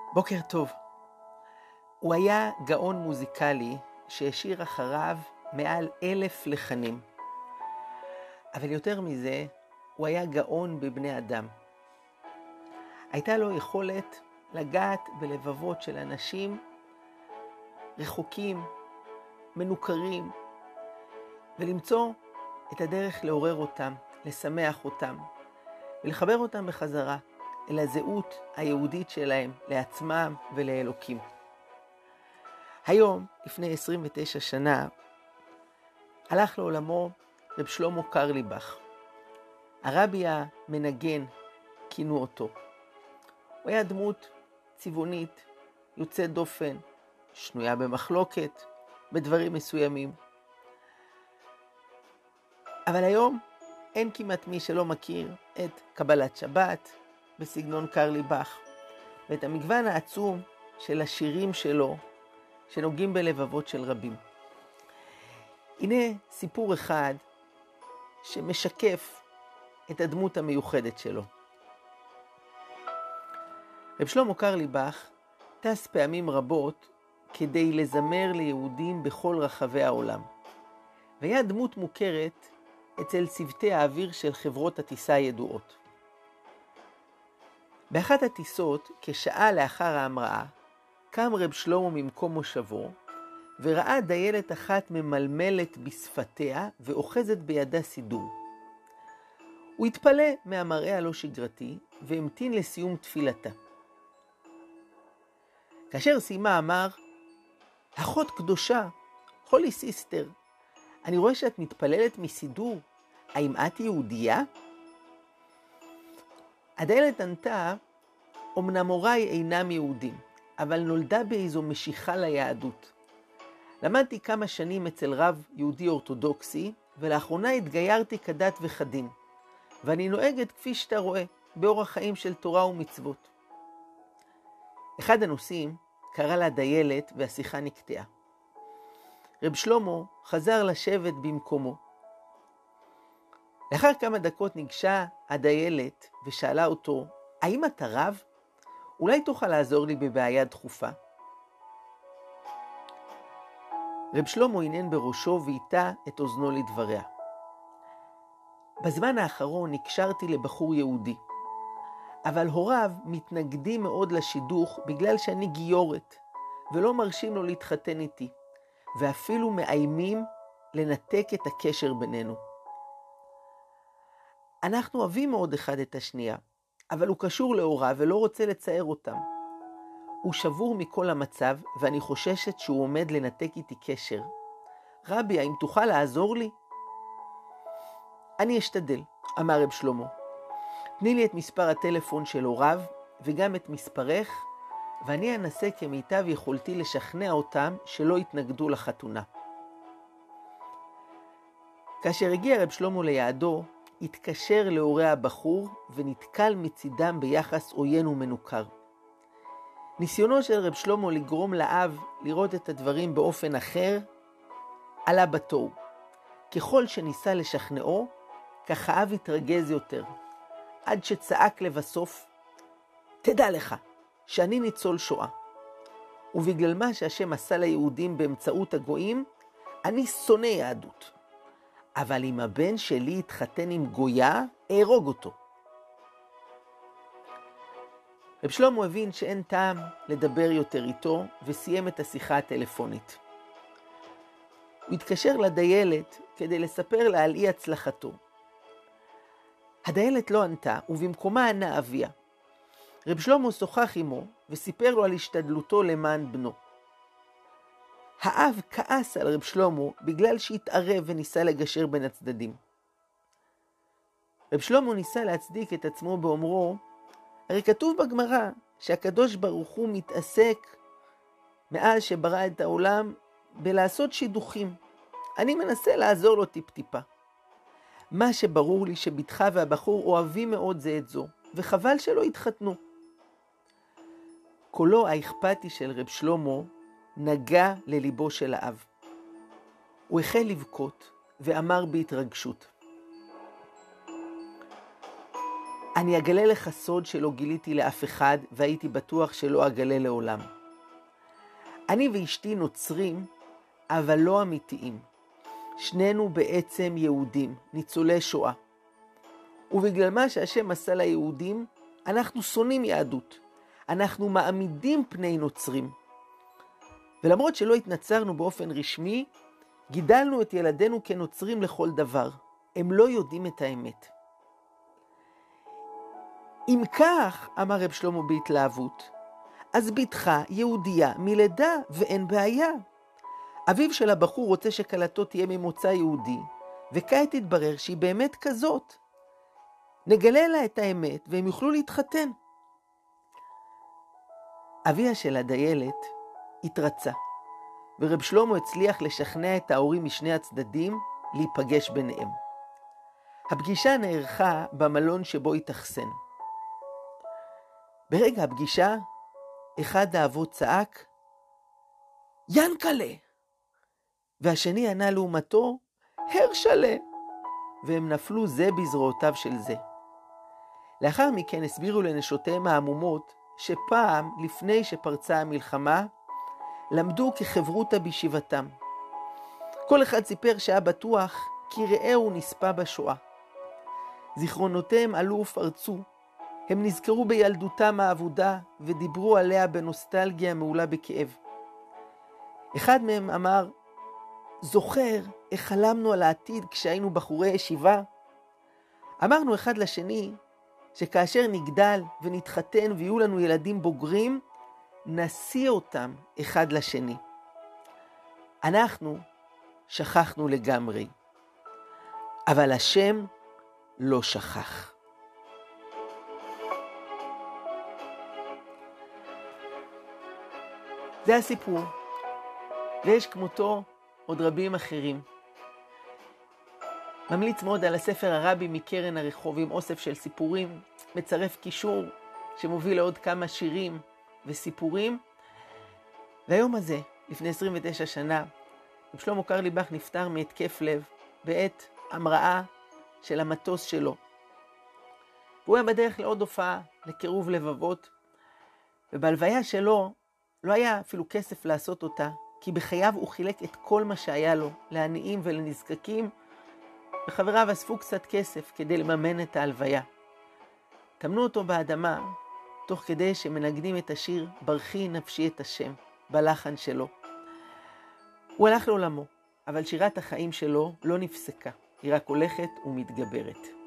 בוקר טוב. הוא היה גאון מוזיקלי שהשאיר אחריו מעל 1,000 לחנים. אבל יותר מזה, הוא היה גאון בבני אדם. הייתה לו יכולת לגעת בלבבות של אנשים רחוקים, מנוכרים, ולמצוא את הדרך לעורר אותם, לשמח אותם, ולחבר אותם בחזרה אל הזהות היהודית שלהם, לעצמם ולאלוקים. היום, לפני 29 שנה, הלך לעולמו רב שלמה קרליבך. הרבי המנגן כינו אותו. הוא היה דמות צבעונית, יוצאת דופן, שנויה במחלוקת, בדברים מסוימים. אבל היום אין כמעט מי שלא מכיר את קבלת שבת בסגנון קרליבך, ואת המגוון העצום של השירים שלו שנוגעים בלבבות של רבים. הנה סיפור אחד שמשקף את הדמות המיוחדת שלו. רב שלמה קרליבך טס פעמים רבות כדי לזמר ליהודים בכל רחבי העולם, והיה דמות מוכרת אצל צוותי האוויר של חברות הטיסה הידועות. באחת הטיסות, כשעה לאחר ההמראה, קם רב שלמה ממקום מושבו, וראה דיילת אחת ממלמלת בשפתיה ואוחזת בידה סידור. הוא התפלא מהמראה הלא שגרתי, והמתין לסיום תפילתה. כאשר סיימה אמר, אחות קדושה, הולי סיסטר, אני רואה שאת מתפללת מסידור, האם את יהודייה? הדיילת ענתה, אמנם הוריי אינם יהודים, אבל נולדה באיזו משיכה ליהדות. למדתי כמה שנים אצל רב יהודי אורתודוקסי, ולאחרונה התגיירתי כדת וכדין, ואני נוהגת כפי שאתה רואה, באורח חיים של תורה ומצוות. אחד הנוסעים קרא לה דיילת והשיחה נקטעה. רב שלמה חזר לשבת במקומו. לאחר כמה דקות ניגשה הדיילת ושאלה אותו, האם אתה רב? אולי תוכל לעזור לי בבעיה דחופה? רב שלמה עינן בראשו ואיתה את אוזנו לדבריה. בזמן האחרון נקשרתי לבחור יהודי, אבל הוריו מתנגדים מאוד לשידוך בגלל שאני גיורת, ולא מרשים לו להתחתן איתי, ואפילו מאיימים לנתק את הקשר בינינו. אנחנו אוהבים מאוד אחד את השנייה, אבל הוא קשור להוריו ולא רוצה לצייר אותם. הוא שבור מכל המצב, ואני חוששת שהוא עומד לנתק איתי קשר. רבי, האם תוכל לעזור לי? אני אשתדל, אמר רב שלמה. תני לי את מספר הטלפון של הוריו, וגם את מספרך, ואני אנסה כמיטב יכולתי לשכנע אותם שלא יתנגדו לחתונה. כאשר הגיע רב שלמה ליעדו, התקשר להורי הבחור ונתקל מצידם ביחס עוין ומנוכר. ניסיונו של רב שלמה לגרום לאב לראות את הדברים באופן אחר, עלה בתוהו. ככל שניסה לשכנעו, כך האב התרגז יותר, עד שצעק לבסוף, תדע לך שאני ניצול שואה, ובגלל מה שהשם עשה ליהודים באמצעות הגויים, אני שונא יהדות. אבל אם הבן שלי יתחתן עם גויה, אהרוג אותו. רב שלמה הבין שאין טעם לדבר יותר איתו, וסיים את השיחה הטלפונית. הוא התקשר לדיילת כדי לספר לה על אי הצלחתו. הדיילת לא ענתה, ובמקומה ענה אביה. רב שלמה שוחח עמו, וסיפר לו על השתדלותו למען בנו. האב כעס על רב שלמה בגלל שהתערב וניסה לגשר בין הצדדים. רב שלמה ניסה להצדיק את עצמו באומרו, הרי כתוב בגמרא שהקדוש ברוך הוא מתעסק מאז שברא את העולם בלעשות שידוכים. אני מנסה לעזור לו טיפ-טיפה. מה שברור לי שבתך והבחור אוהבים מאוד זה את זו, וחבל שלא יתחתנו. קולו האכפתי של רב שלמה נגע לליבו של האב. הוא החל לבכות ואמר בהתרגשות, אני אגלה לך סוד שלא גיליתי לאף אחד, והייתי בטוח שלא אגלה לעולם. אני ואשתי נוצרים, אבל לא אמיתיים. שנינו בעצם יהודים, ניצולי שואה. ובגלל מה שהשם עשה ליהודים, אנחנו שונאים יהדות. אנחנו מעמידים פני נוצרים. ולמרות שלא התנצרנו באופן רשמי, גידלנו את ילדינו כנוצרים לכל דבר. הם לא יודעים את האמת. אם כך, אמר רב שלמה בהתלהבות, אז בתך יהודייה מלידה ואין בעיה. אביו של הבחור רוצה שקלתו תהיה ממוצא יהודי, וכעת התברר שהיא באמת כזאת. נגלה לה את האמת והם יוכלו להתחתן. אביה של הדיילת התרצה, ורב שלמה הצליח לשכנע את ההורים משני הצדדים להיפגש ביניהם. הפגישה נערכה במלון שבו התאכסן. ברגע הפגישה, אחד האבות צעק, ינקלה! והשני ענה לעומתו, הרשלה! והם נפלו זה בזרועותיו של זה. לאחר מכן הסבירו לנשותיהם העמומות, שפעם לפני שפרצה המלחמה, למדו כחברותה בישיבתם. כל אחד סיפר שהיה בטוח כי רעהו נספה בשואה. זיכרונותיהם עלו ופרצו, הם נזכרו בילדותם העבודה ודיברו עליה בנוסטלגיה מעולה בכאב. אחד מהם אמר, זוכר איך חלמנו על העתיד כשהיינו בחורי ישיבה? אמרנו אחד לשני שכאשר נגדל ונתחתן ויהיו לנו ילדים בוגרים, נשיא אותם אחד לשני. אנחנו שכחנו לגמרי, אבל השם לא שכח. זה הסיפור, ויש כמותו עוד רבים אחרים. ממליץ מאוד על הספר הרבי מקרן הרחוב עם אוסף של סיפורים, מצרף קישור שמוביל לעוד כמה שירים וסיפורים. והיום הזה, לפני 29 שנה, רב שלמה קרליבך נפטר מהתקף לב בעת המראה של המטוס שלו. והוא היה בדרך לעוד הופעה לקירוב לבבות, ובהלוויה שלו לא היה אפילו כסף לעשות אותה, כי בחייו הוא חילק את כל מה שהיה לו לעניים ולנזקקים, וחבריו אספו קצת כסף כדי לממן את ההלוויה. תמנו אותו באדמה, תוך כדי שמנגנים את השיר ברכי נפשי את השם, בלחן שלו. הוא הלך לעולמו, אבל שירת החיים שלו לא נפסקה, היא רק הולכת ומתגברת.